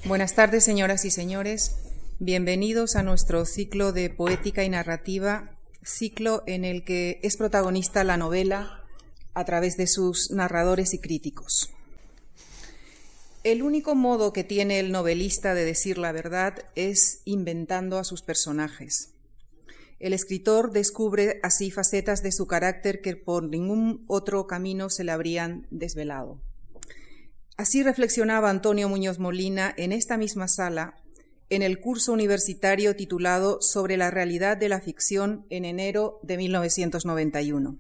Buenas tardes, señoras y señores. Bienvenidos a nuestro ciclo de poética y narrativa, ciclo en el que es protagonista la novela a través de sus narradores y críticos. El único modo que tiene el novelista de decir la verdad es inventando a sus personajes. El escritor descubre así facetas de su carácter que por ningún otro camino se le habrían desvelado. Así reflexionaba Antonio Muñoz Molina en esta misma sala, en el curso universitario titulado Sobre la realidad de la ficción en enero de 1991.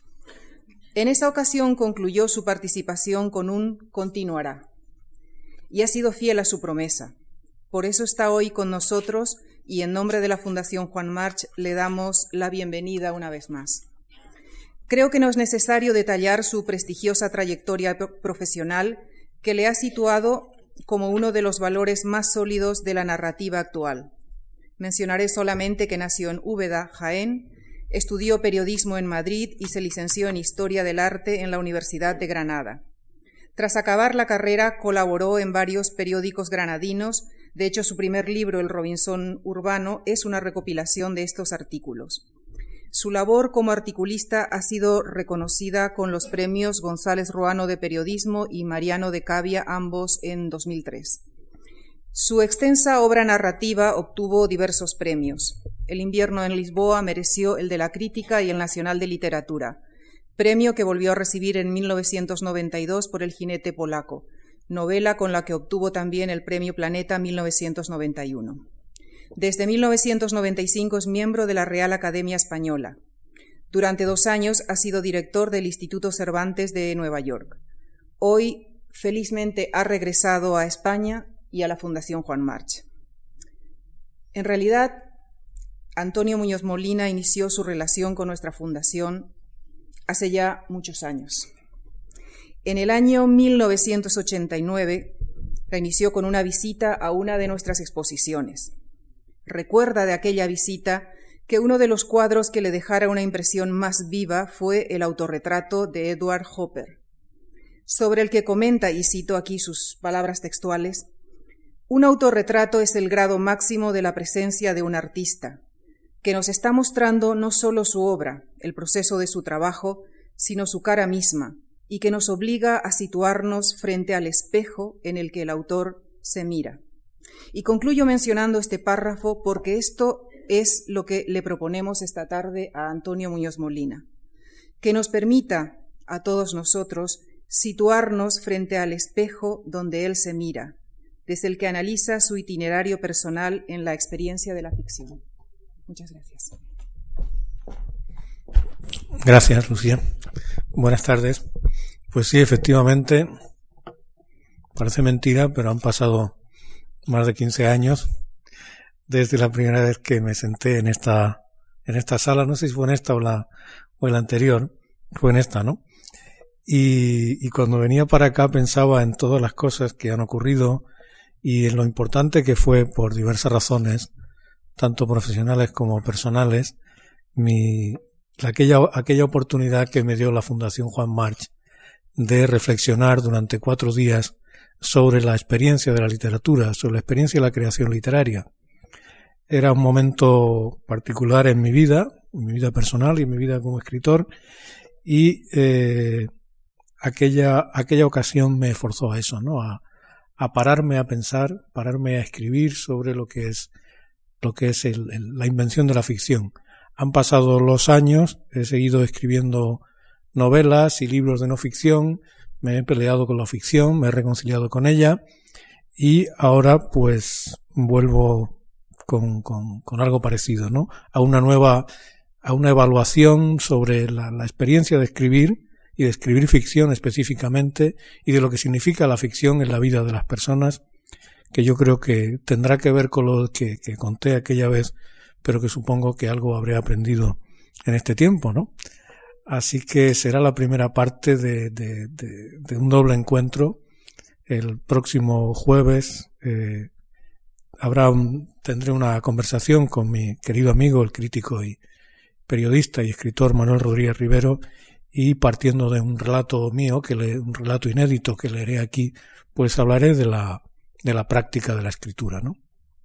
En esa ocasión concluyó su participación con un continuará y ha sido fiel a su promesa. Por eso está hoy con nosotros y en nombre de la Fundación Juan March le damos la bienvenida una vez más. Creo que no es necesario detallar su prestigiosa trayectoria profesional que le ha situado como uno de los valores más sólidos de la narrativa actual. Mencionaré solamente que nació en Úbeda, Jaén, estudió periodismo en Madrid y se licenció en Historia del Arte en la Universidad de Granada. Tras acabar la carrera, colaboró en varios periódicos granadinos. De hecho, su primer libro, El Robinson Urbano, es una recopilación de estos artículos. Su labor como articulista ha sido reconocida con los premios González Ruano de Periodismo y Mariano de Cavia, ambos en 2003. Su extensa obra narrativa obtuvo diversos premios. El invierno en Lisboa mereció el de la Crítica y el Nacional de Literatura, premio que volvió a recibir en 1992 por El jinete polaco, novela con la que obtuvo también el Premio Planeta 1991. Desde 1995 es miembro de la Real Academia Española. Durante 2 años ha sido director del Instituto Cervantes de Nueva York. Hoy, felizmente, ha regresado a España y a la Fundación Juan March. En realidad, Antonio Muñoz Molina inició su relación con nuestra fundación hace ya muchos años. En el año 1989 la inició con una visita a una de nuestras exposiciones. Recuerda de aquella visita que uno de los cuadros que le dejara una impresión más viva fue el autorretrato de Edward Hopper, sobre el que comenta, y cito aquí sus palabras textuales: «Un autorretrato es el grado máximo de la presencia de un artista, que nos está mostrando no solo su obra, el proceso de su trabajo, sino su cara misma, y que nos obliga a situarnos frente al espejo en el que el autor se mira». Y concluyo mencionando este párrafo porque esto es lo que le proponemos esta tarde a Antonio Muñoz Molina, que nos permita a todos nosotros situarnos frente al espejo donde él se mira, desde el que analiza su itinerario personal en la experiencia de la ficción. Muchas gracias. Gracias, Lucía. Buenas tardes. Pues sí, efectivamente, parece mentira, pero han pasado más de 15 años desde la primera vez que me senté en esta sala. No sé si fue en esta o la anterior. Fue en esta, ¿no? Y cuando venía para acá pensaba en todas las cosas que han ocurrido y en lo importante que fue, por diversas razones, tanto profesionales como personales, aquella oportunidad que me dio la Fundación Juan March de reflexionar durante 4 días sobre la experiencia de la literatura, sobre la experiencia de la creación literaria. Era un momento particular en mi vida personal y en mi vida como escritor, y aquella ocasión me forzó a eso, ¿no? A pararme a pensar, pararme a escribir sobre lo que es la invención de la ficción. Han pasado los años, he seguido escribiendo novelas y libros de no ficción, me he peleado con la ficción, me he reconciliado con ella y ahora pues vuelvo con algo parecido, ¿no? A una evaluación sobre la experiencia de escribir y de escribir ficción específicamente y de lo que significa la ficción en la vida de las personas, que yo creo que tendrá que ver con lo que conté aquella vez, pero que supongo que algo habré aprendido en este tiempo, ¿no? Así que será la primera parte de un doble encuentro. El próximo jueves tendré una conversación con mi querido amigo, el crítico y periodista y escritor Manuel Rodríguez Rivero, y partiendo de un relato mío, un relato inédito que leeré aquí, pues hablaré de la de la práctica de la escritura, ¿no?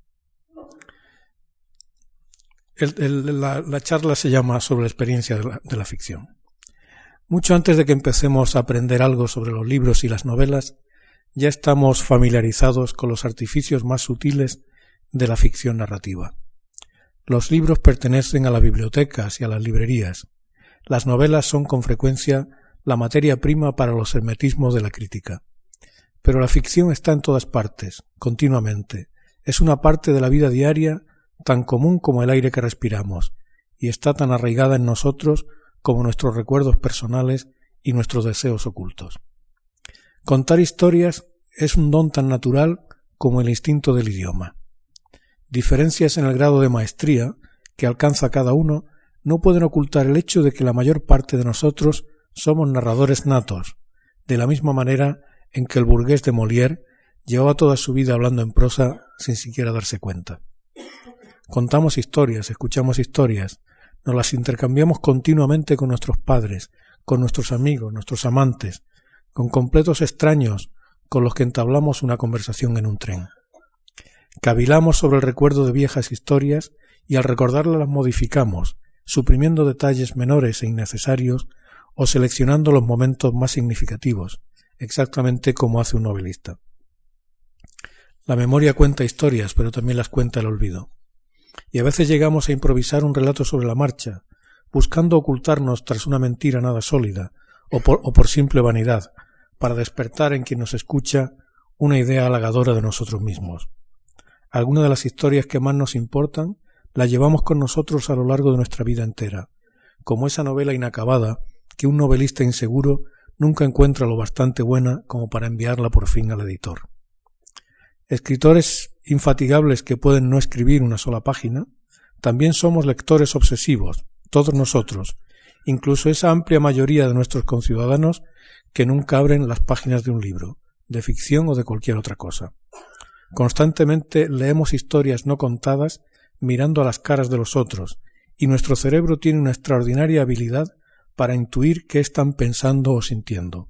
La charla se llama sobre la experiencia de la ficción. Mucho antes de que empecemos a aprender algo sobre los libros y las novelas, ya estamos familiarizados con los artificios más sutiles de la ficción narrativa. Los libros pertenecen a las bibliotecas y a las librerías. Las novelas son con frecuencia la materia prima para los hermetismos de la crítica. Pero la ficción está en todas partes, continuamente. Es una parte de la vida diaria tan común como el aire que respiramos, y está tan arraigada en nosotros como nuestros recuerdos personales y nuestros deseos ocultos. Contar historias es un don tan natural como el instinto del idioma. Diferencias en el grado de maestría que alcanza cada uno no pueden ocultar el hecho de que la mayor parte de nosotros somos narradores natos, de la misma manera en que el burgués de Molière llevaba toda su vida hablando en prosa sin siquiera darse cuenta. Contamos historias, escuchamos historias, nos las intercambiamos continuamente con nuestros padres, con nuestros amigos, nuestros amantes, con completos extraños con los que entablamos una conversación en un tren. Cavilamos sobre el recuerdo de viejas historias y al recordarlas las modificamos, suprimiendo detalles menores e innecesarios o seleccionando los momentos más significativos, exactamente como hace un novelista. La memoria cuenta historias, pero también las cuenta el olvido. Y a veces llegamos a improvisar un relato sobre la marcha, buscando ocultarnos tras una mentira nada sólida, o por simple vanidad, para despertar en quien nos escucha una idea halagadora de nosotros mismos. Algunas de las historias que más nos importan las llevamos con nosotros a lo largo de nuestra vida entera, como esa novela inacabada que un novelista inseguro nunca encuentra lo bastante buena como para enviarla por fin al editor. Escritores infatigables que pueden no escribir una sola página, también somos lectores obsesivos, todos nosotros, incluso esa amplia mayoría de nuestros conciudadanos que nunca abren las páginas de un libro, de ficción o de cualquier otra cosa. Constantemente leemos historias no contadas mirando a las caras de los otros, y nuestro cerebro tiene una extraordinaria habilidad para intuir qué están pensando o sintiendo.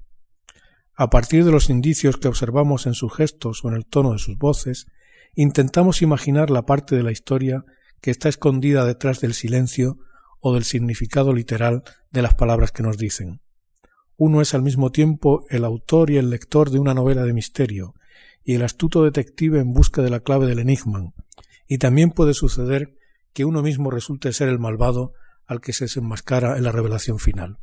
A partir de los indicios que observamos en sus gestos o en el tono de sus voces, intentamos imaginar la parte de la historia que está escondida detrás del silencio o del significado literal de las palabras que nos dicen. Uno es al mismo tiempo el autor y el lector de una novela de misterio, y el astuto detective en busca de la clave del enigma, y también puede suceder que uno mismo resulte ser el malvado al que se desenmascara en la revelación final.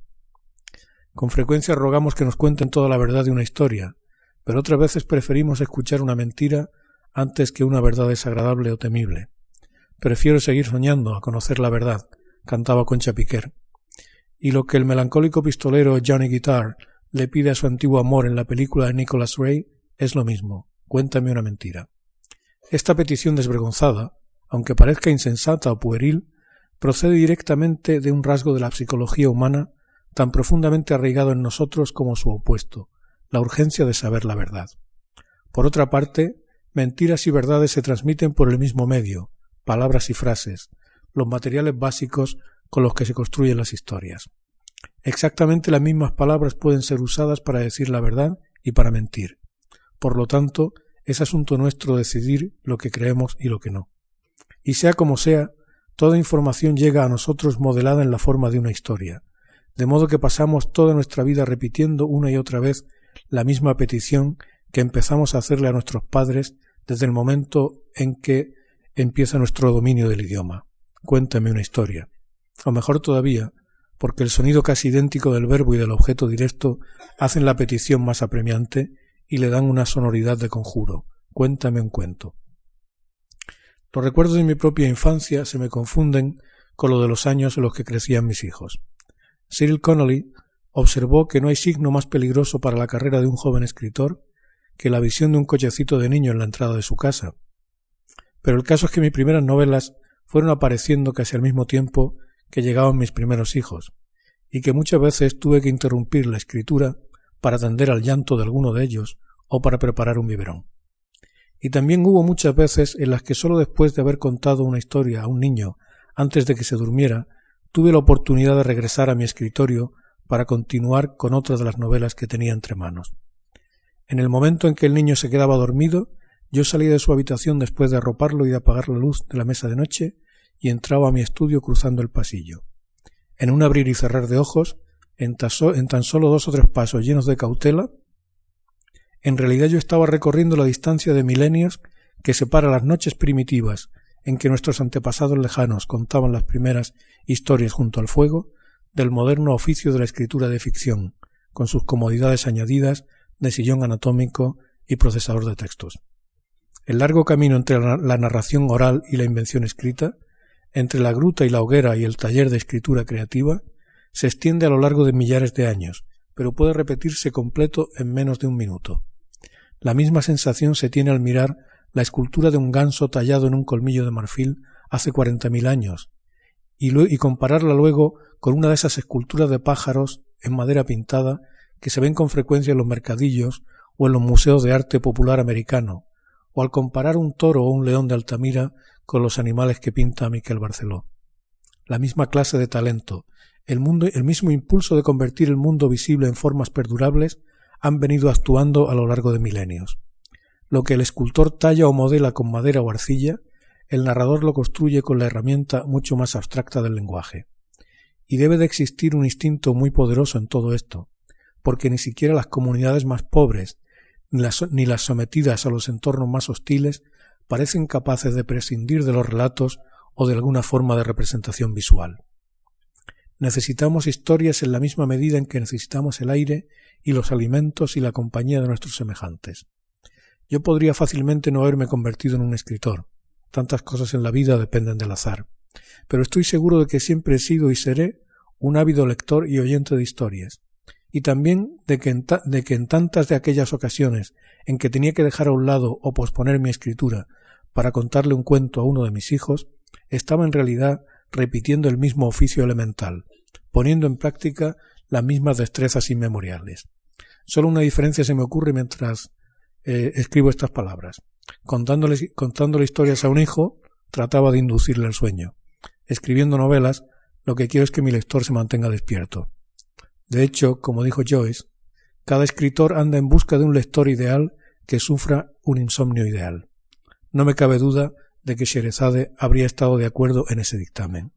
Con frecuencia rogamos que nos cuenten toda la verdad de una historia, pero otras veces preferimos escuchar una mentira antes que una verdad desagradable o temible. Prefiero seguir soñando a conocer la verdad, cantaba Concha Piquer. Y lo que el melancólico pistolero Johnny Guitar le pide a su antiguo amor en la película de Nicholas Ray es lo mismo: cuéntame una mentira. Esta petición desvergonzada, aunque parezca insensata o pueril, procede directamente de un rasgo de la psicología humana tan profundamente arraigado en nosotros como su opuesto, la urgencia de saber la verdad. Por otra parte, mentiras y verdades se transmiten por el mismo medio, palabras y frases, los materiales básicos con los que se construyen las historias. Exactamente las mismas palabras pueden ser usadas para decir la verdad y para mentir. Por lo tanto, es asunto nuestro decidir lo que creemos y lo que no. Y sea como sea, toda información llega a nosotros modelada en la forma de una historia, de modo que pasamos toda nuestra vida repitiendo una y otra vez la misma petición que empezamos a hacerle a nuestros padres desde el momento en que empieza nuestro dominio del idioma. Cuéntame una historia. O mejor todavía, porque el sonido casi idéntico del verbo y del objeto directo hacen la petición más apremiante y le dan una sonoridad de conjuro. Cuéntame un cuento. Los recuerdos de mi propia infancia se me confunden con lo de los años en los que crecían mis hijos. Cyril Connolly observó que no hay signo más peligroso para la carrera de un joven escritor que la visión de un cochecito de niño en la entrada de su casa. Pero el caso es que mis primeras novelas fueron apareciendo casi al mismo tiempo que llegaban mis primeros hijos, y que muchas veces tuve que interrumpir la escritura para atender al llanto de alguno de ellos o para preparar un biberón. Y también hubo muchas veces en las que sólo después de haber contado una historia a un niño antes de que se durmiera, tuve la oportunidad de regresar a mi escritorio para continuar con otra de las novelas que tenía entre manos. En el momento en que el niño se quedaba dormido, Yo salí de su habitación después de arroparlo y de apagar la luz de la mesa de noche y entraba a mi estudio cruzando el pasillo. En un abrir y cerrar de ojos, en tan solo 2 o 3 pasos llenos de cautela, en realidad yo estaba recorriendo la distancia de milenios que separa las noches primitivas en que nuestros antepasados lejanos contaban las primeras historias junto al fuego, del moderno oficio de la escritura de ficción, con sus comodidades añadidas de sillón anatómico y procesador de textos. El largo camino entre la narración oral y la invención escrita, entre la gruta y la hoguera y el taller de escritura creativa, se extiende a lo largo de millares de años, pero puede repetirse completo en menos de un minuto. La misma sensación se tiene al mirar la escultura de un ganso tallado en un colmillo de marfil hace 40.000 años, y compararla luego con una de esas esculturas de pájaros en madera pintada que se ven con frecuencia en los mercadillos o en los museos de arte popular americano, o al comparar un toro o un león de Altamira con los animales que pinta Miquel Barceló. La misma clase de talento, el mismo impulso de convertir el mundo visible en formas perdurables han venido actuando a lo largo de milenios. Lo que el escultor talla o modela con madera o arcilla, el narrador lo construye con la herramienta mucho más abstracta del lenguaje. Y debe de existir un instinto muy poderoso en todo esto, porque ni siquiera las comunidades más pobres, ni las sometidas a los entornos más hostiles, parecen capaces de prescindir de los relatos o de alguna forma de representación visual. Necesitamos historias en la misma medida en que necesitamos el aire y los alimentos y la compañía de nuestros semejantes. Yo podría fácilmente no haberme convertido en un escritor. Tantas cosas en la vida dependen del azar. Pero estoy seguro de que siempre he sido y seré un ávido lector y oyente de historias. Y también de que en tantas de aquellas ocasiones en que tenía que dejar a un lado o posponer mi escritura para contarle un cuento a uno de mis hijos, estaba en realidad repitiendo el mismo oficio elemental, poniendo en práctica las mismas destrezas inmemoriales. Solo una diferencia se me ocurre mientras escribo estas palabras. Contándole historias a un hijo, trataba de inducirle al sueño. Escribiendo novelas, lo que quiero es que mi lector se mantenga despierto. De hecho, como dijo Joyce, cada escritor anda en busca de un lector ideal que sufra un insomnio ideal. No me cabe duda de que Sherezade habría estado de acuerdo en ese dictamen.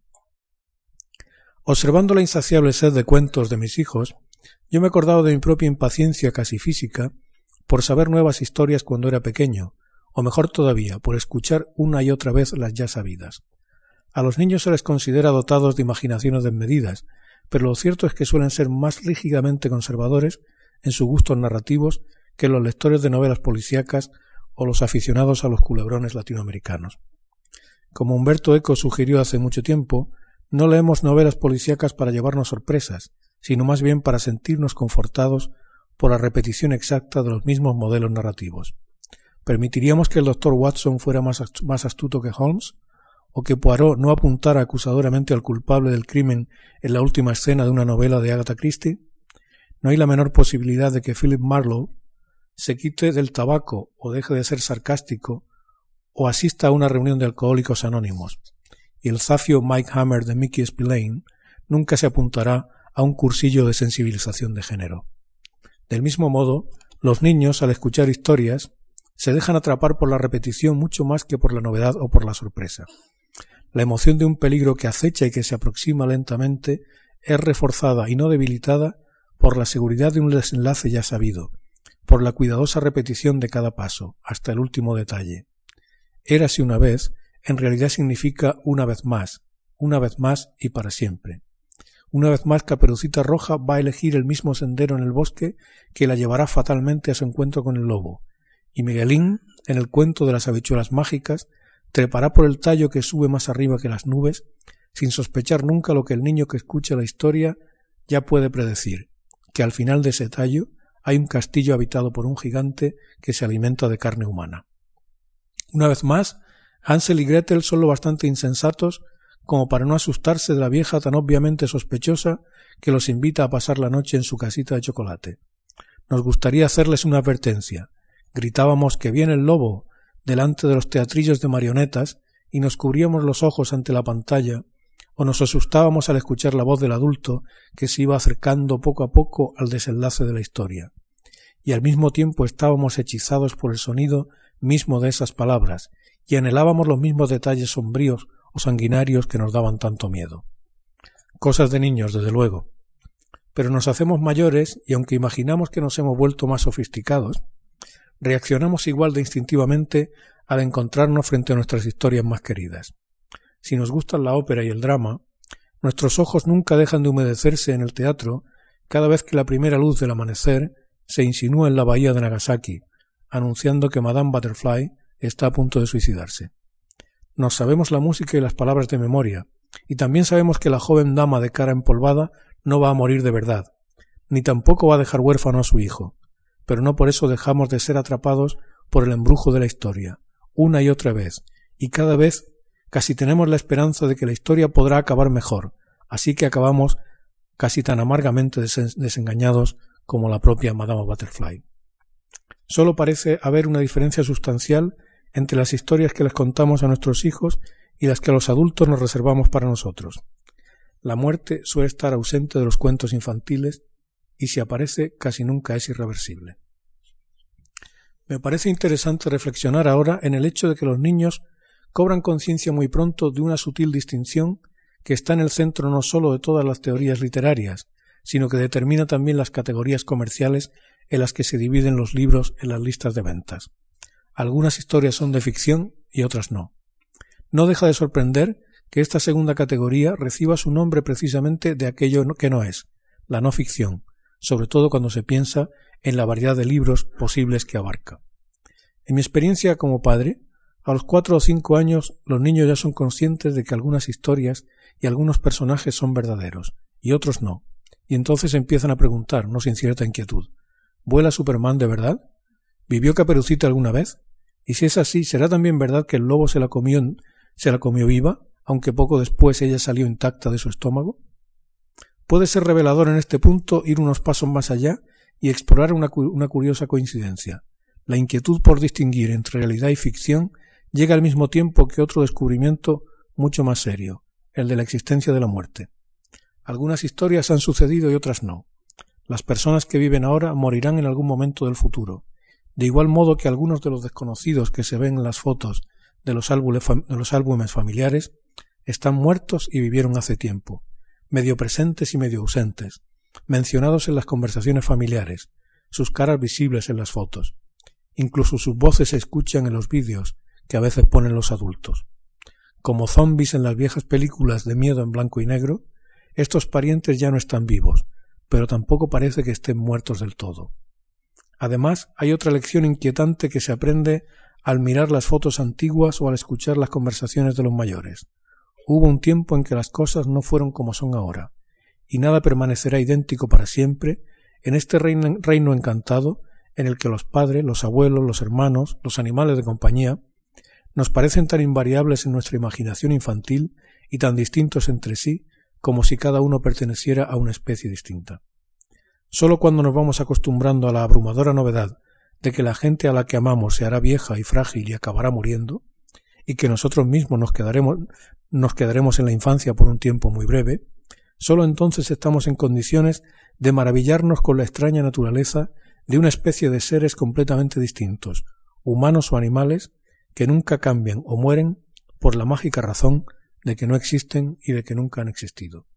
Observando la insaciable sed de cuentos de mis hijos, yo me acordaba de mi propia impaciencia casi física por saber nuevas historias cuando era pequeño, o mejor todavía, por escuchar una y otra vez las ya sabidas. A los niños se les considera dotados de imaginaciones desmedidas, pero lo cierto es que suelen ser más rígidamente conservadores en sus gustos narrativos que los lectores de novelas policíacas o los aficionados a los culebrones latinoamericanos. Como Humberto Eco sugirió hace mucho tiempo, no leemos novelas policíacas para llevarnos sorpresas, sino más bien para sentirnos confortados por la repetición exacta de los mismos modelos narrativos. ¿Permitiríamos que el Dr. Watson fuera más astuto que Holmes? ¿O que Poirot no apuntara acusadoramente al culpable del crimen en la última escena de una novela de Agatha Christie? No hay la menor posibilidad de que Philip Marlowe se quite del tabaco o deje de ser sarcástico o asista a una reunión de alcohólicos anónimos. Y el zafio Mike Hammer de Mickey Spillane nunca se apuntará a un cursillo de sensibilización de género. Del mismo modo, los niños, al escuchar historias, se dejan atrapar por la repetición mucho más que por la novedad o por la sorpresa. La emoción de un peligro que acecha y que se aproxima lentamente es reforzada y no debilitada por la seguridad de un desenlace ya sabido, por la cuidadosa repetición de cada paso, hasta el último detalle. Érase una vez, en realidad significa una vez más y para siempre. Una vez más Caperucita Roja va a elegir el mismo sendero en el bosque que la llevará fatalmente a su encuentro con el lobo, y Miguelín, en el cuento de las habichuelas mágicas, trepará por el tallo que sube más arriba que las nubes, sin sospechar nunca lo que el niño que escucha la historia ya puede predecir, que al final de ese tallo hay un castillo habitado por un gigante que se alimenta de carne humana. Una vez más, Hansel y Gretel son lo bastante insensatos como para no asustarse de la vieja tan obviamente sospechosa que los invita a pasar la noche en su casita de chocolate. Nos gustaría hacerles una advertencia. Gritábamos que viene el lobo delante de los teatrillos de marionetas y nos cubríamos los ojos ante la pantalla, o nos asustábamos al escuchar la voz del adulto que se iba acercando poco a poco al desenlace de la historia. Y al mismo tiempo estábamos hechizados por el sonido mismo de esas palabras y anhelábamos los mismos detalles sombríos o sanguinarios que nos daban tanto miedo. Cosas de niños, desde luego. Pero nos hacemos mayores y aunque imaginamos que nos hemos vuelto más sofisticados, reaccionamos igual de instintivamente al encontrarnos frente a nuestras historias más queridas. Si nos gustan la ópera y el drama, nuestros ojos nunca dejan de humedecerse en el teatro cada vez que la primera luz del amanecer se insinúa en la bahía de Nagasaki, anunciando que Madame Butterfly está a punto de suicidarse. Nos sabemos la música y las palabras de memoria, y también sabemos que la joven dama de cara empolvada no va a morir de verdad, ni tampoco va a dejar huérfano a su hijo, pero no por eso dejamos de ser atrapados por el embrujo de la historia, una y otra vez, y cada vez casi tenemos la esperanza de que la historia podrá acabar mejor, así que acabamos casi tan amargamente desengañados como la propia Madame Butterfly. Solo parece haber una diferencia sustancial entre las historias que les contamos a nuestros hijos y las que los adultos nos reservamos para nosotros. La muerte suele estar ausente de los cuentos infantiles y si aparece casi nunca es irreversible. Me parece interesante reflexionar ahora en el hecho de que los niños cobran conciencia muy pronto de una sutil distinción que está en el centro no sólo de todas las teorías literarias, sino que determina también las categorías comerciales en las que se dividen los libros en las listas de ventas. Algunas historias son de ficción y otras no. No deja de sorprender que esta segunda categoría reciba su nombre precisamente de aquello que no es, la no ficción, sobre todo cuando se piensa en la variedad de libros posibles que abarca. En mi experiencia como padre, a los 4 o 5 años los niños ya son conscientes de que algunas historias y algunos personajes son verdaderos, y otros no, y entonces empiezan a preguntar, no sin cierta inquietud, ¿vuela Superman de verdad? ¿Vivió Caperucita alguna vez? Y si es así, ¿será también verdad que el lobo se la comió viva, aunque poco después ella salió intacta de su estómago? Puede ser revelador en este punto ir unos pasos más allá y explorar una curiosa coincidencia. La inquietud por distinguir entre realidad y ficción llega al mismo tiempo que otro descubrimiento mucho más serio, el de la existencia de la muerte. Algunas historias han sucedido y otras no. Las personas que viven ahora morirán en algún momento del futuro, de igual modo que algunos de los desconocidos que se ven en las fotos de los álbumes familiares están muertos y vivieron hace tiempo, medio presentes y medio ausentes, mencionados en las conversaciones familiares, sus caras visibles en las fotos. Incluso sus voces se escuchan en los vídeos que a veces ponen los adultos. Como zombies en las viejas películas de miedo en blanco y negro, estos parientes ya no están vivos, pero tampoco parece que estén muertos del todo. Además, hay otra lección inquietante que se aprende al mirar las fotos antiguas o al escuchar las conversaciones de los mayores. Hubo un tiempo en que las cosas no fueron como son ahora, y nada permanecerá idéntico para siempre en este reino encantado en el que los padres, los abuelos, los hermanos, los animales de compañía, nos parecen tan invariables en nuestra imaginación infantil y tan distintos entre sí como si cada uno perteneciera a una especie distinta. Solo cuando nos vamos acostumbrando a la abrumadora novedad de que la gente a la que amamos se hará vieja y frágil y acabará muriendo, y que nosotros mismos nos quedaremos en la infancia por un tiempo muy breve, solo entonces estamos en condiciones de maravillarnos con la extraña naturaleza de una especie de seres completamente distintos, humanos o animales, que nunca cambian o mueren por la mágica razón de que no existen y de que nunca han existido.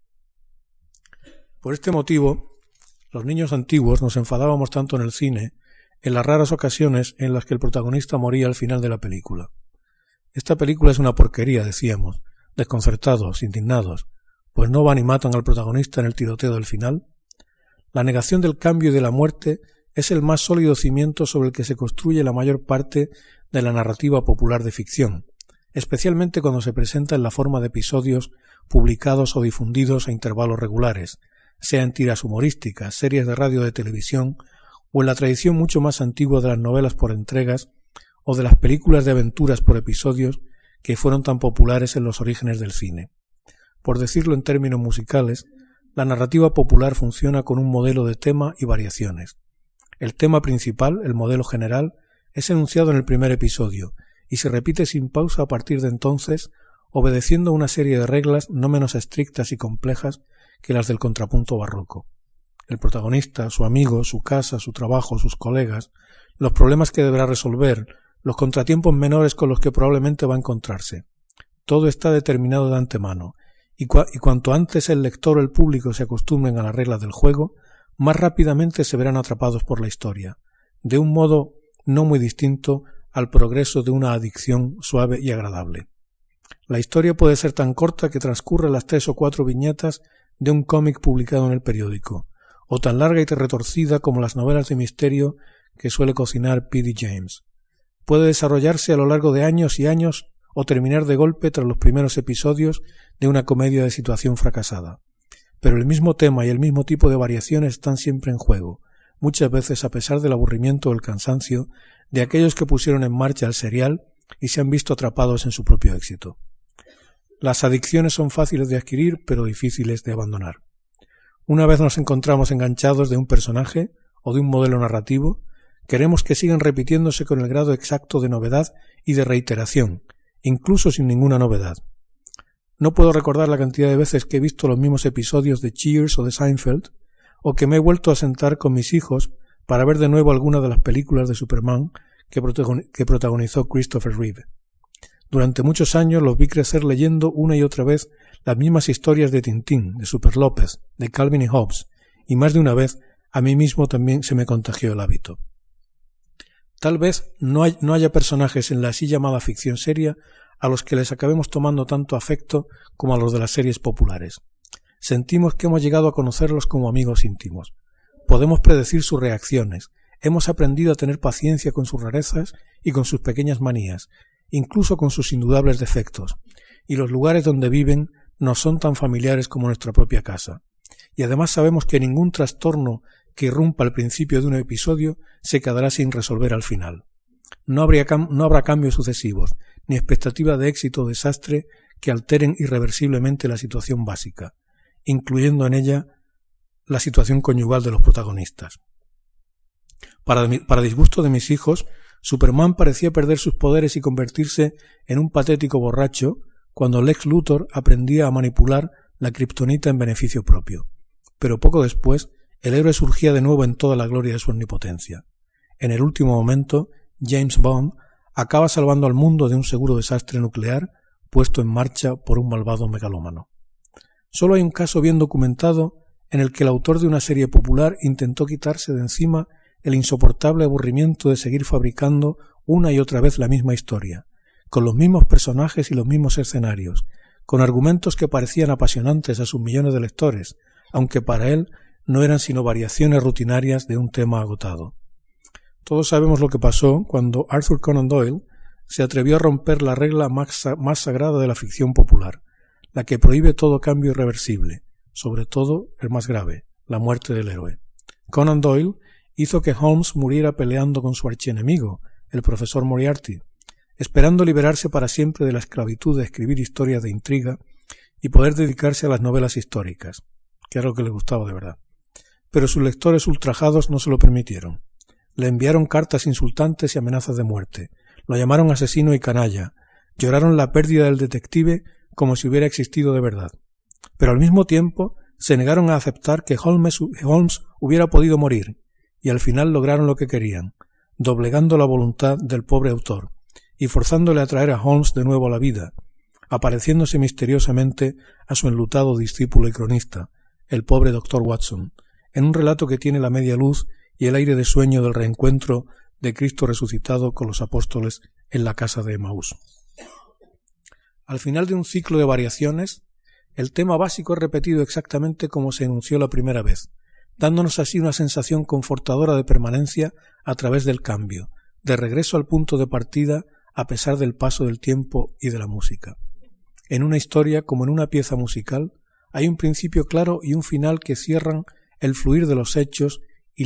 Por este motivo, los niños antiguos nos enfadábamos tanto en el cine en las raras ocasiones en las que el protagonista moría al final de la película. Esta película es una porquería, decíamos, desconcertados, indignados, pues no van y matan al protagonista en el tiroteo del final. La negación del cambio y de la muerte es el más sólido cimiento sobre el que se construye la mayor parte de la narrativa popular de ficción, especialmente cuando se presenta en la forma de episodios publicados o difundidos a intervalos regulares, sea en tiras humorísticas, series de radio o de televisión, o en la tradición mucho más antigua de las novelas por entregas o de las películas de aventuras por episodios que fueron tan populares en los orígenes del cine. Por decirlo en términos musicales, la narrativa popular funciona con un modelo de tema y variaciones. El tema principal, el modelo general, es enunciado en el primer episodio y se repite sin pausa a partir de entonces, obedeciendo a una serie de reglas no menos estrictas y complejas que las del contrapunto barroco. El protagonista, su amigo, su casa, su trabajo, sus colegas, los problemas que deberá resolver, los contratiempos menores con los que probablemente va a encontrarse. Todo está determinado de antemano, y cuanto antes el lector o el público se acostumbren a las reglas del juego, más rápidamente se verán atrapados por la historia, de un modo no muy distinto al progreso de una adicción suave y agradable. La historia puede ser tan corta que transcurre las 3 o 4 viñetas de un cómic publicado en el periódico, o tan larga y retorcida como las novelas de misterio que suele cocinar P.D. James. Puede desarrollarse a lo largo de años y años o terminar de golpe tras los primeros episodios de una comedia de situación fracasada. Pero el mismo tema y el mismo tipo de variaciones están siempre en juego, muchas veces a pesar del aburrimiento o el cansancio de aquellos que pusieron en marcha el serial y se han visto atrapados en su propio éxito. Las adicciones son fáciles de adquirir, pero difíciles de abandonar. Una vez nos encontramos enganchados de un personaje o de un modelo narrativo, queremos que sigan repitiéndose con el grado exacto de novedad y de reiteración, incluso sin ninguna novedad. No puedo recordar la cantidad de veces que he visto los mismos episodios de Cheers o de Seinfeld, o que me he vuelto a sentar con mis hijos para ver de nuevo alguna de las películas de Superman que protagonizó Christopher Reeve. Durante muchos años los vi crecer leyendo una y otra vez las mismas historias de Tintín, de Super López, de Calvin y Hobbes, y más de una vez a mí mismo también se me contagió el hábito. Tal vez no haya personajes en la así llamada ficción seria a los que les acabemos tomando tanto afecto como a los de las series populares. Sentimos que hemos llegado a conocerlos como amigos íntimos. Podemos predecir sus reacciones. Hemos aprendido a tener paciencia con sus rarezas y con sus pequeñas manías, incluso con sus indudables defectos. Y los lugares donde viven nos son tan familiares como nuestra propia casa. Y además sabemos que ningún trastorno que irrumpa al principio de un episodio se quedará sin resolver al final. No habrá cambios sucesivos, ni expectativa de éxito o desastre que alteren irreversiblemente la situación básica, incluyendo en ella la situación conyugal de los protagonistas. Para disgusto de mis hijos, Superman parecía perder sus poderes y convertirse en un patético borracho cuando Lex Luthor aprendía a manipular la kriptonita en beneficio propio. Pero poco después, el héroe surgía de nuevo en toda la gloria de su omnipotencia. En el último momento, James Bond acaba salvando al mundo de un seguro desastre nuclear puesto en marcha por un malvado megalómano. Solo hay un caso bien documentado en el que el autor de una serie popular intentó quitarse de encima el insoportable aburrimiento de seguir fabricando una y otra vez la misma historia, con los mismos personajes y los mismos escenarios, con argumentos que parecían apasionantes a sus millones de lectores, aunque para él no eran sino variaciones rutinarias de un tema agotado. Todos sabemos lo que pasó cuando Arthur Conan Doyle se atrevió a romper la regla más sagrada de la ficción popular, la que prohíbe todo cambio irreversible, sobre todo el más grave, la muerte del héroe. Conan Doyle hizo que Holmes muriera peleando con su archienemigo, el profesor Moriarty, esperando liberarse para siempre de la esclavitud de escribir historias de intriga y poder dedicarse a las novelas históricas, que era lo que le gustaba de verdad. Pero sus lectores ultrajados no se lo permitieron. Le enviaron cartas insultantes y amenazas de muerte, lo llamaron asesino y canalla, lloraron la pérdida del detective como si hubiera existido de verdad. Pero al mismo tiempo se negaron a aceptar que Holmes hubiera podido morir, y al final lograron lo que querían, doblegando la voluntad del pobre autor y forzándole a traer a Holmes de nuevo a la vida, apareciéndose misteriosamente a su enlutado discípulo y cronista, el pobre Dr. Watson, en un relato que tiene la media luz y el aire de sueño del reencuentro de Cristo resucitado con los apóstoles en la casa de Emaús. Al final de un ciclo de variaciones, el tema básico es repetido exactamente como se enunció la primera vez, dándonos así una sensación confortadora de permanencia a través del cambio, de regreso al punto de partida a pesar del paso del tiempo y de la música. En una historia, como en una pieza musical, hay un principio claro y un final que cierran el fluir de los hechos y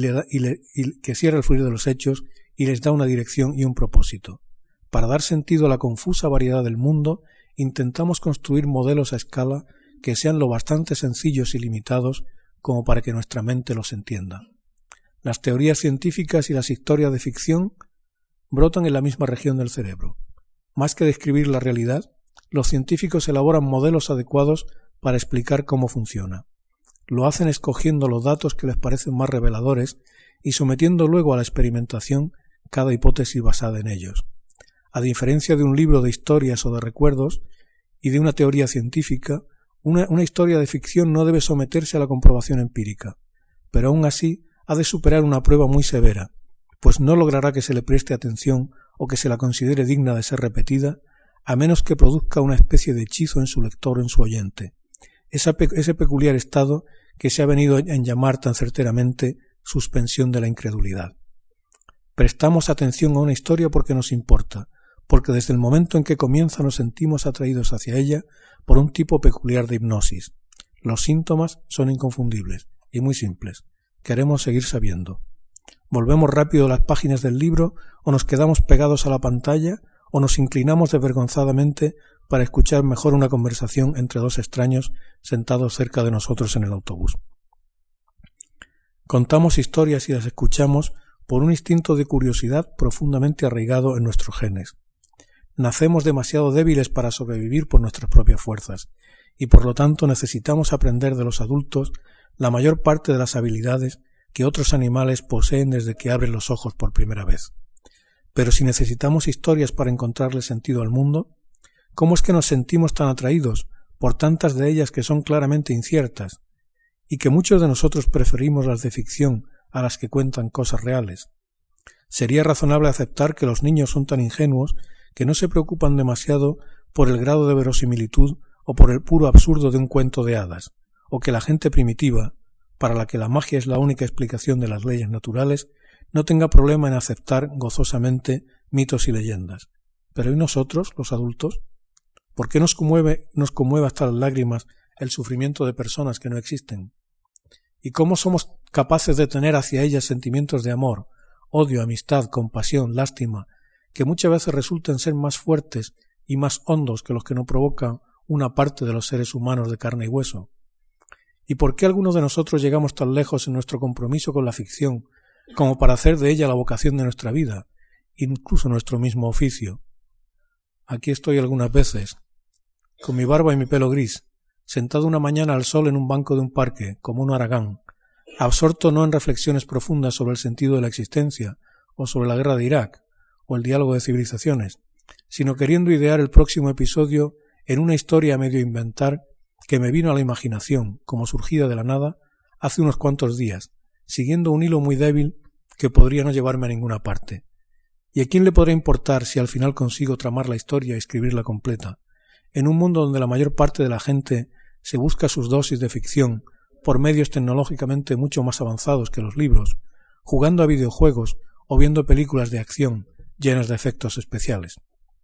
les da una dirección y un propósito. Para dar sentido a la confusa variedad del mundo, intentamos construir modelos a escala que sean lo bastante sencillos y limitados como para que nuestra mente los entienda. Las teorías científicas y las historias de ficción brotan en la misma región del cerebro. Más que describir la realidad, los científicos elaboran modelos adecuados para explicar cómo funciona. Lo hacen escogiendo los datos que les parecen más reveladores y sometiendo luego a la experimentación cada hipótesis basada en ellos. A diferencia de un libro de historias o de recuerdos y de una teoría científica, una historia de ficción no debe someterse a la comprobación empírica, pero aún así ha de superar una prueba muy severa, pues no logrará que se le preste atención o que se la considere digna de ser repetida, a menos que produzca una especie de hechizo en su lector o en su oyente, ese peculiar estado que se ha venido a llamar tan certeramente suspensión de la incredulidad. Prestamos atención a una historia porque nos importa, porque desde el momento en que comienza nos sentimos atraídos hacia ella por un tipo peculiar de hipnosis. Los síntomas son inconfundibles y muy simples. Queremos seguir sabiendo. Volvemos rápido a las páginas del libro o nos quedamos pegados a la pantalla o nos inclinamos desvergonzadamente para escuchar mejor una conversación entre dos extraños sentados cerca de nosotros en el autobús. Contamos historias y las escuchamos por un instinto de curiosidad profundamente arraigado en nuestros genes. Nacemos demasiado débiles para sobrevivir por nuestras propias fuerzas y por lo tanto necesitamos aprender de los adultos la mayor parte de las habilidades que otros animales poseen desde que abren los ojos por primera vez. Pero si necesitamos historias para encontrarle sentido al mundo, ¿cómo es que nos sentimos tan atraídos por tantas de ellas que son claramente inciertas y que muchos de nosotros preferimos las de ficción a las que cuentan cosas reales? Sería razonable aceptar que los niños son tan ingenuos que no se preocupan demasiado por el grado de verosimilitud o por el puro absurdo de un cuento de hadas, o que la gente primitiva, para la que la magia es la única explicación de las leyes naturales, no tenga problema en aceptar gozosamente mitos y leyendas. Pero ¿y nosotros, los adultos? ¿Por qué nos conmueve hasta las lágrimas el sufrimiento de personas que no existen? ¿Y cómo somos capaces de tener hacia ellas sentimientos de amor, odio, amistad, compasión, lástima, que muchas veces resultan ser más fuertes y más hondos que los que nos provocan una parte de los seres humanos de carne y hueso? ¿Y por qué algunos de nosotros llegamos tan lejos en nuestro compromiso con la ficción como para hacer de ella la vocación de nuestra vida, incluso nuestro mismo oficio? Aquí estoy algunas veces, con mi barba y mi pelo gris, sentado una mañana al sol en un banco de un parque, como un haragán, absorto no en reflexiones profundas sobre el sentido de la existencia, o sobre la guerra de Irak, o el diálogo de civilizaciones, sino queriendo idear el próximo episodio en una historia a medio inventar que me vino a la imaginación, como surgida de la nada, hace unos cuantos días, siguiendo un hilo muy débil que podría no llevarme a ninguna parte. ¿Y a quién le podrá importar si al final consigo tramar la historia y escribirla completa, en un mundo donde la mayor parte de la gente se busca sus dosis de ficción por medios tecnológicamente mucho más avanzados que los libros, jugando a videojuegos o viendo películas de acción llenas de efectos especiales?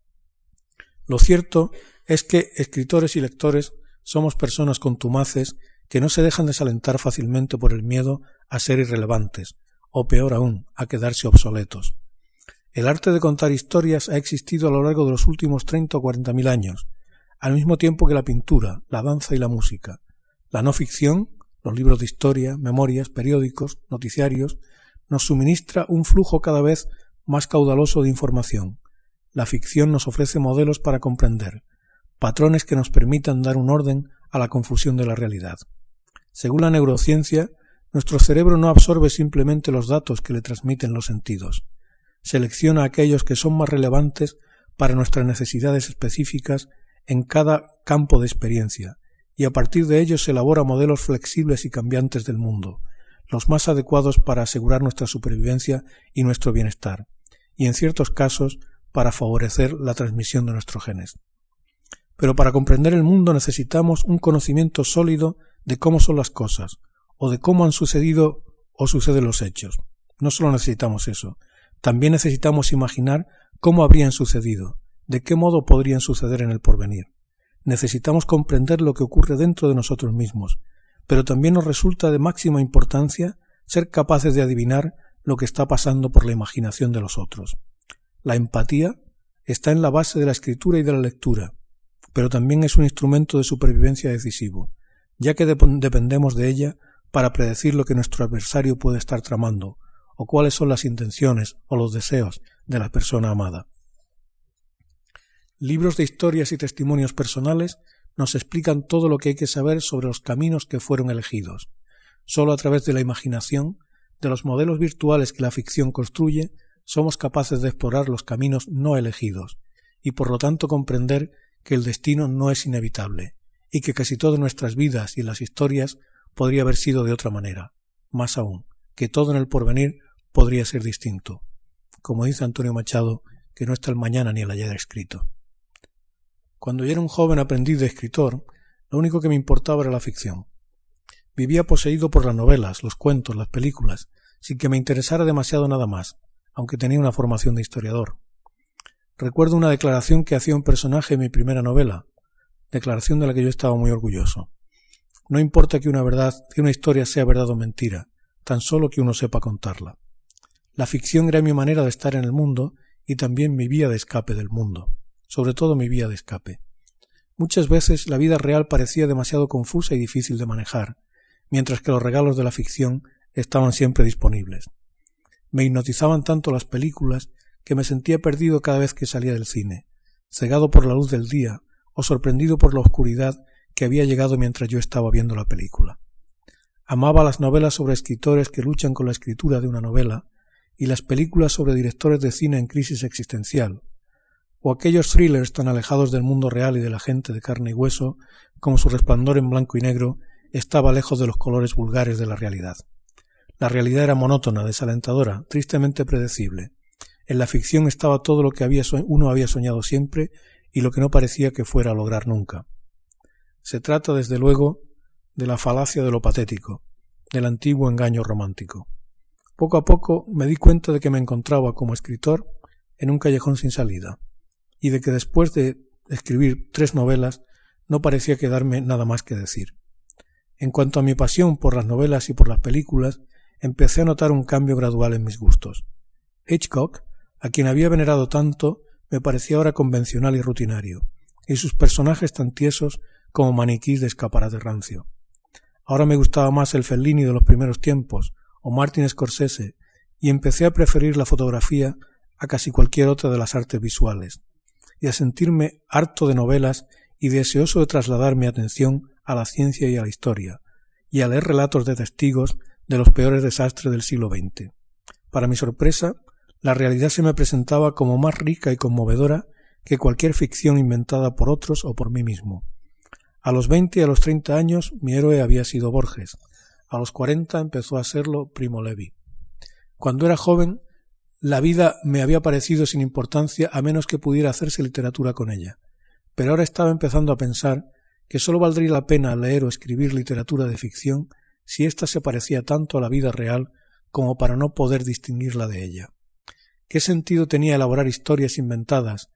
Lo cierto es que escritores y lectores somos personas contumaces que no se dejan desalentar fácilmente por el miedo a ser irrelevantes, o peor aún, a quedarse obsoletos. El arte de contar historias ha existido a lo largo de los últimos 30 o 40.000 años, al mismo tiempo que la pintura, la danza y la música. La no ficción, los libros de historia, memorias, periódicos, noticiarios, nos suministra un flujo cada vez más caudaloso de información. La ficción nos ofrece modelos para comprender, patrones que nos permitan dar un orden a la confusión de la realidad. Según la neurociencia, nuestro cerebro no absorbe simplemente los datos que le transmiten los sentidos. Selecciona aquellos que son más relevantes para nuestras necesidades específicas en cada campo de experiencia, y a partir de ellos se elabora modelos flexibles y cambiantes del mundo, los más adecuados para asegurar nuestra supervivencia y nuestro bienestar, y en ciertos casos para favorecer la transmisión de nuestros genes. Pero para comprender el mundo necesitamos un conocimiento sólido de cómo son las cosas, o de cómo han sucedido o suceden los hechos. No solo necesitamos eso, también necesitamos imaginar cómo habrían sucedido, de qué modo podrían suceder en el porvenir. Necesitamos comprender lo que ocurre dentro de nosotros mismos, pero también nos resulta de máxima importancia ser capaces de adivinar lo que está pasando por la imaginación de los otros. La empatía está en la base de la escritura y de la lectura, pero también es un instrumento de supervivencia decisivo, ya que dependemos de ella para predecir lo que nuestro adversario puede estar tramando, o cuáles son las intenciones o los deseos de la persona amada. Libros de historias y testimonios personales nos explican todo lo que hay que saber sobre los caminos que fueron elegidos. Solo a través de la imaginación, de los modelos virtuales que la ficción construye, somos capaces de explorar los caminos no elegidos y por lo tanto comprender que el destino no es inevitable y que casi todas nuestras vidas y las historias podría haber sido de otra manera, más aún, que todo en el porvenir podría ser distinto. Como dice Antonio Machado, que no está el mañana ni el ayer escrito. Cuando yo era un joven aprendiz de escritor, lo único que me importaba era la ficción. Vivía poseído por las novelas, los cuentos, las películas, sin que me interesara demasiado nada más, aunque tenía una formación de historiador. Recuerdo una declaración que hacía un personaje en mi primera novela, declaración de la que yo estaba muy orgulloso. No importa que una historia sea verdad o mentira, tan solo que uno sepa contarla. La ficción era mi manera de estar en el mundo y también mi vía de escape del mundo, sobre todo mi vía de escape. Muchas veces la vida real parecía demasiado confusa y difícil de manejar, mientras que los regalos de la ficción estaban siempre disponibles. Me hipnotizaban tanto las películas que me sentía perdido cada vez que salía del cine, cegado por la luz del día o sorprendido por la oscuridad que había llegado mientras yo estaba viendo la película. Amaba las novelas sobre escritores que luchan con la escritura de una novela y las películas sobre directores de cine en crisis existencial, o aquellos thrillers tan alejados del mundo real y de la gente de carne y hueso como Su resplandor en blanco y negro estaba lejos de los colores vulgares de la realidad. La realidad era monótona, desalentadora, tristemente predecible. En la ficción estaba todo lo que uno había soñado siempre y lo que no parecía que fuera a lograr nunca. Se trata, desde luego, de la falacia de lo patético, del antiguo engaño romántico. Poco a poco me di cuenta de que me encontraba como escritor en un callejón sin salida, y de que después de escribir 3 novelas no parecía quedarme nada más que decir. En cuanto a mi pasión por las novelas y por las películas, empecé a notar un cambio gradual en mis gustos. Hitchcock, a quien había venerado tanto, me parecía ahora convencional y rutinario, y sus personajes tan tiesos como maniquís de escaparate rancio. Ahora me gustaba más el Fellini de los primeros tiempos, o Martin Scorsese, y empecé a preferir la fotografía a casi cualquier otra de las artes visuales, y a sentirme harto de novelas y deseoso de trasladar mi atención a la ciencia y a la historia, y a leer relatos de testigos de los peores desastres del siglo XX. Para mi sorpresa, la realidad se me presentaba como más rica y conmovedora que cualquier ficción inventada por otros o por mí mismo. A los 20 y a los 30 años mi héroe había sido Borges. A los 40 empezó a serlo Primo Levi. Cuando era joven, la vida me había parecido sin importancia a menos que pudiera hacerse literatura con ella. Pero ahora estaba empezando a pensar que sólo valdría la pena leer o escribir literatura de ficción si ésta se parecía tanto a la vida real como para no poder distinguirla de ella. ¿Qué sentido tenía elaborar historias inventadas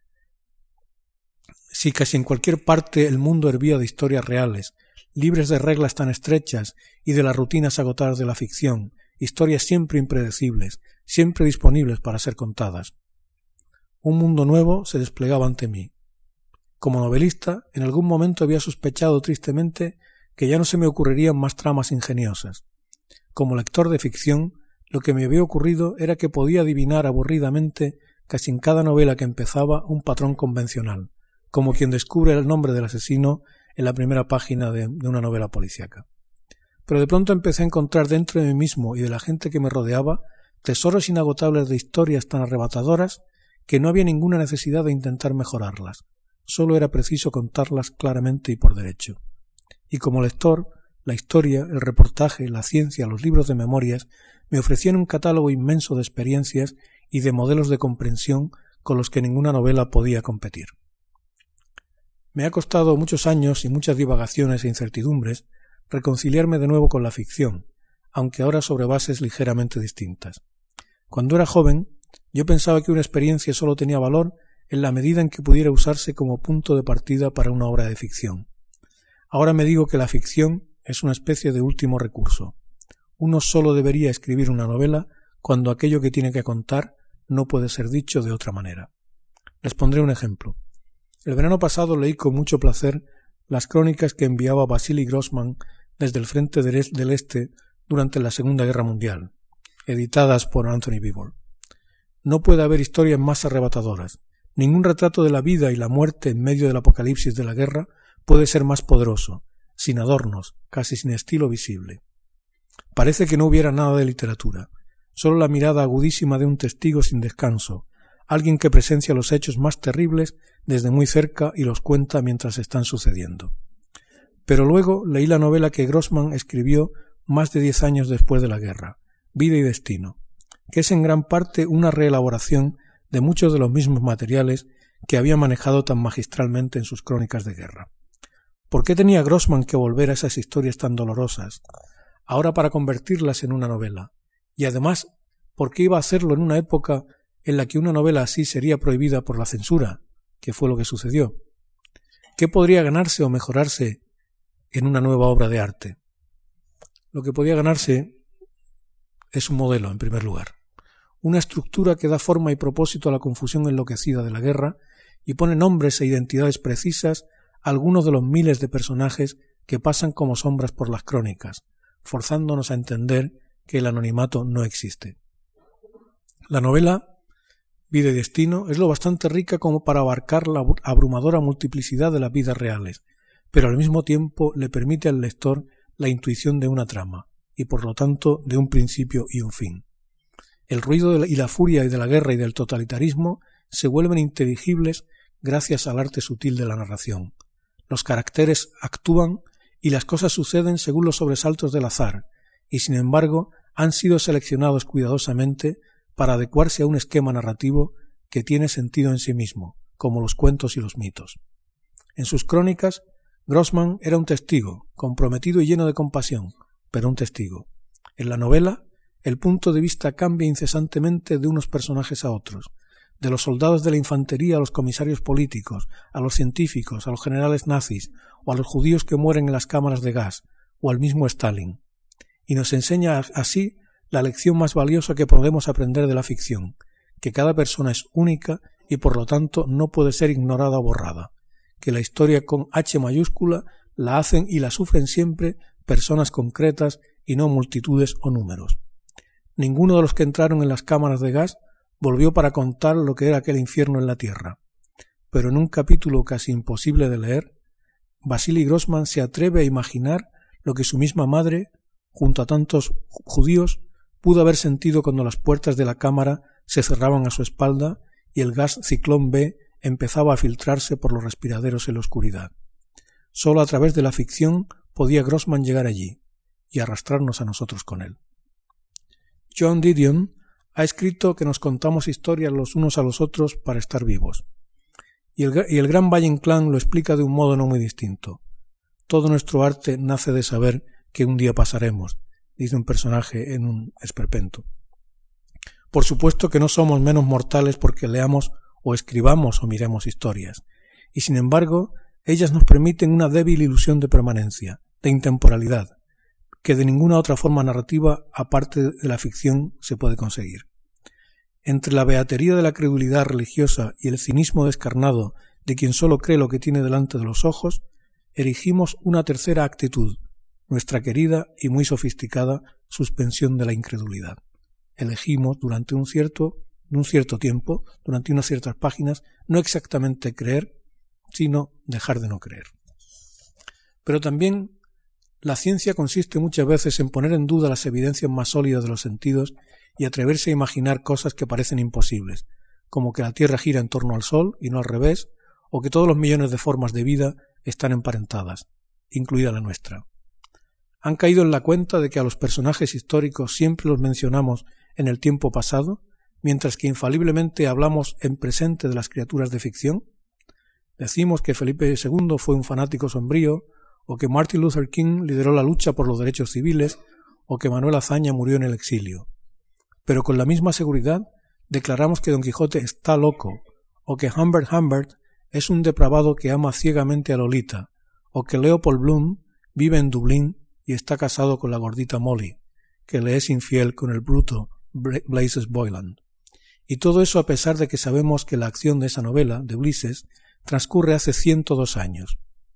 si casi en cualquier parte el mundo hervía de historias reales, libres de reglas tan estrechas y de las rutinas agotadas de la ficción, historias siempre impredecibles, siempre disponibles para ser contadas? Un mundo nuevo se desplegaba ante mí. Como novelista, en algún momento había sospechado tristemente que ya no se me ocurrirían más tramas ingeniosas. Como lector de ficción, lo que me había ocurrido era que podía adivinar aburridamente casi en cada novela que empezaba un patrón convencional, como quien descubre el nombre del asesino en la primera página de una novela policíaca. Pero de pronto empecé a encontrar dentro de mí mismo y de la gente que me rodeaba tesoros inagotables de historias tan arrebatadoras que no había ninguna necesidad de intentar mejorarlas, solo era preciso contarlas claramente y por derecho. Y como lector, la historia, el reportaje, la ciencia, los libros de memorias me ofrecían un catálogo inmenso de experiencias y de modelos de comprensión con los que ninguna novela podía competir. Me ha costado muchos años y muchas divagaciones e incertidumbres reconciliarme de nuevo con la ficción, aunque ahora sobre bases ligeramente distintas. Cuando era joven, yo pensaba que una experiencia solo tenía valor en la medida en que pudiera usarse como punto de partida para una obra de ficción. Ahora me digo que la ficción es una especie de último recurso. Uno solo debería escribir una novela cuando aquello que tiene que contar no puede ser dicho de otra manera. Les pondré un ejemplo. El verano pasado leí con mucho placer las crónicas que enviaba Vasily Grossman desde el frente del Este durante la Segunda Guerra Mundial, editadas por Anthony Beevor. No puede haber historias más arrebatadoras. Ningún retrato de la vida y la muerte en medio del apocalipsis de la guerra puede ser más poderoso, sin adornos, casi sin estilo visible. Parece que no hubiera nada de literatura. solo la mirada agudísima de un testigo sin descanso, alguien que presencia los hechos más terribles desde muy cerca y los cuenta mientras están sucediendo. Pero luego leí la novela que Grossman escribió más de 10 años después de la guerra, Vida y Destino, que es en gran parte una reelaboración de muchos de los mismos materiales que había manejado tan magistralmente en sus crónicas de guerra. ¿Por qué tenía Grossman que volver a esas historias tan dolorosas, ahora para convertirlas en una novela? Y además, ¿por qué iba a hacerlo en una época en la que una novela así sería prohibida por la censura, que fue lo que sucedió? ¿Qué podría ganarse o mejorarse en una nueva obra de arte? Lo que podía ganarse es un modelo, en primer lugar, una estructura que da forma y propósito a la confusión enloquecida de la guerra y pone nombres e identidades precisas a algunos de los miles de personajes que pasan como sombras por las crónicas, forzándonos a entender que el anonimato no existe. La novela Vida y Destino es lo bastante rica como para abarcar la abrumadora multiplicidad de las vidas reales, pero al mismo tiempo le permite al lector la intuición de una trama, y por lo tanto de un principio y un fin. El ruido y la furia de la guerra y del totalitarismo se vuelven inteligibles gracias al arte sutil de la narración. Los caracteres actúan y las cosas suceden según los sobresaltos del azar, y sin embargo han sido seleccionados cuidadosamente para adecuarse a un esquema narrativo que tiene sentido en sí mismo, como los cuentos y los mitos. En sus crónicas, Grossman era un testigo, comprometido y lleno de compasión, pero un testigo. En la novela, el punto de vista cambia incesantemente de unos personajes a otros, de los soldados de la infantería a los comisarios políticos, a los científicos, a los generales nazis, o a los judíos que mueren en las cámaras de gas, o al mismo Stalin. Y nos enseña así la lección más valiosa que podemos aprender de la ficción, que cada persona es única y por lo tanto no puede ser ignorada o borrada, que la historia con H mayúscula la hacen y la sufren siempre personas concretas y no multitudes o números. Ninguno de los que entraron en las cámaras de gas volvió para contar lo que era aquel infierno en la tierra, pero en un capítulo casi imposible de leer, Vasily Grossman se atreve a imaginar lo que su misma madre, junto a tantos judíos, pudo haber sentido cuando las puertas de la cámara se cerraban a su espalda y el gas Ciclón B empezaba a filtrarse por los respiraderos en la oscuridad. Solo a través de la ficción podía Grossman llegar allí y arrastrarnos a nosotros con él. John Didion ha escrito que nos contamos historias los unos a los otros para estar vivos. Y el gran Valle Inclán lo explica de un modo no muy distinto. Todo nuestro arte nace de saber que un día pasaremos, dice un personaje en un esperpento. Por supuesto que no somos menos mortales porque leamos o escribamos o miremos historias, y sin embargo ellas nos permiten una débil ilusión de permanencia, de intemporalidad, que de ninguna otra forma narrativa aparte de la ficción se puede conseguir. Entre la beatería de la credulidad religiosa y el cinismo descarnado de quien solo cree lo que tiene delante de los ojos, erigimos una tercera actitud, nuestra querida y muy sofisticada suspensión de la incredulidad. Elegimos durante un cierto tiempo, durante unas ciertas páginas, no exactamente creer, sino dejar de no creer. Pero también la ciencia consiste muchas veces en poner en duda las evidencias más sólidas de los sentidos y atreverse a imaginar cosas que parecen imposibles, como que la Tierra gira en torno al Sol y no al revés, o que todos los millones de formas de vida están emparentadas, incluida la nuestra. ¿Han caído en la cuenta de que a los personajes históricos siempre los mencionamos en el tiempo pasado, mientras que infaliblemente hablamos en presente de las criaturas de ficción? Decimos que Felipe II fue un fanático sombrío, o que Martin Luther King lideró la lucha por los derechos civiles, o que Manuel Azaña murió en el exilio. Pero con la misma seguridad declaramos que Don Quijote está loco, o que Humbert es un depravado que ama ciegamente a Lolita, o que Leopold Bloom vive en Dublín y está casado con la gordita Molly, que le es infiel con el bruto Blazes Boylan. Y todo eso a pesar de que sabemos que la acción de esa novela, de Ulises, transcurre hace 102 años.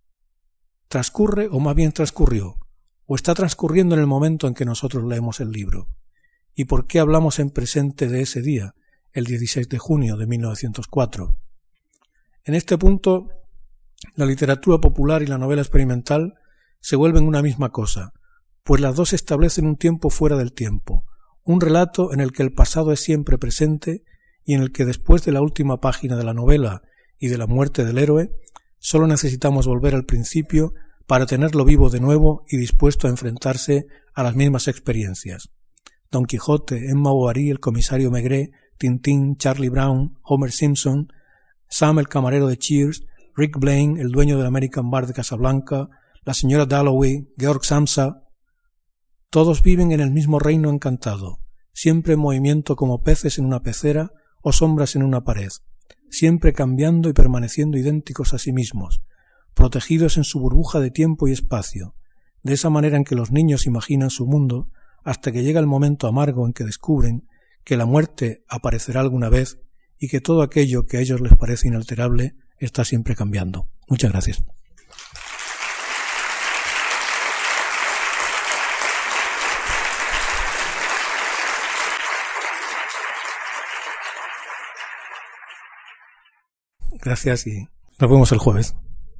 ¿Transcurre o más bien transcurrió? ¿O está transcurriendo en el momento en que nosotros leemos el libro? ¿Y por qué hablamos en presente de ese día, el 16 de junio de 1904? En este punto, la literatura popular y la novela experimental se vuelven una misma cosa, pues las dos establecen un tiempo fuera del tiempo, Un relato en el que el pasado es siempre presente y en el que después de la última página de la novela y de la muerte del héroe, solo necesitamos volver al principio para tenerlo vivo de nuevo y dispuesto a enfrentarse a las mismas experiencias. Don Quijote, Emma Bovary, el comisario Maigret, Tintín, Charlie Brown, Homer Simpson, Sam el camarero de Cheers, Rick Blaine, el dueño del American Bar de Casablanca, la señora Dalloway, Georg Samsa, todos viven en el mismo reino encantado, siempre en movimiento como peces en una pecera o sombras en una pared, siempre cambiando y permaneciendo idénticos a sí mismos, protegidos en su burbuja de tiempo y espacio, de esa manera en que los niños imaginan su mundo hasta que llega el momento amargo en que descubren que la muerte aparecerá alguna vez y que todo aquello que a ellos les parece inalterable está siempre cambiando. Muchas gracias. Gracias y nos vemos el jueves.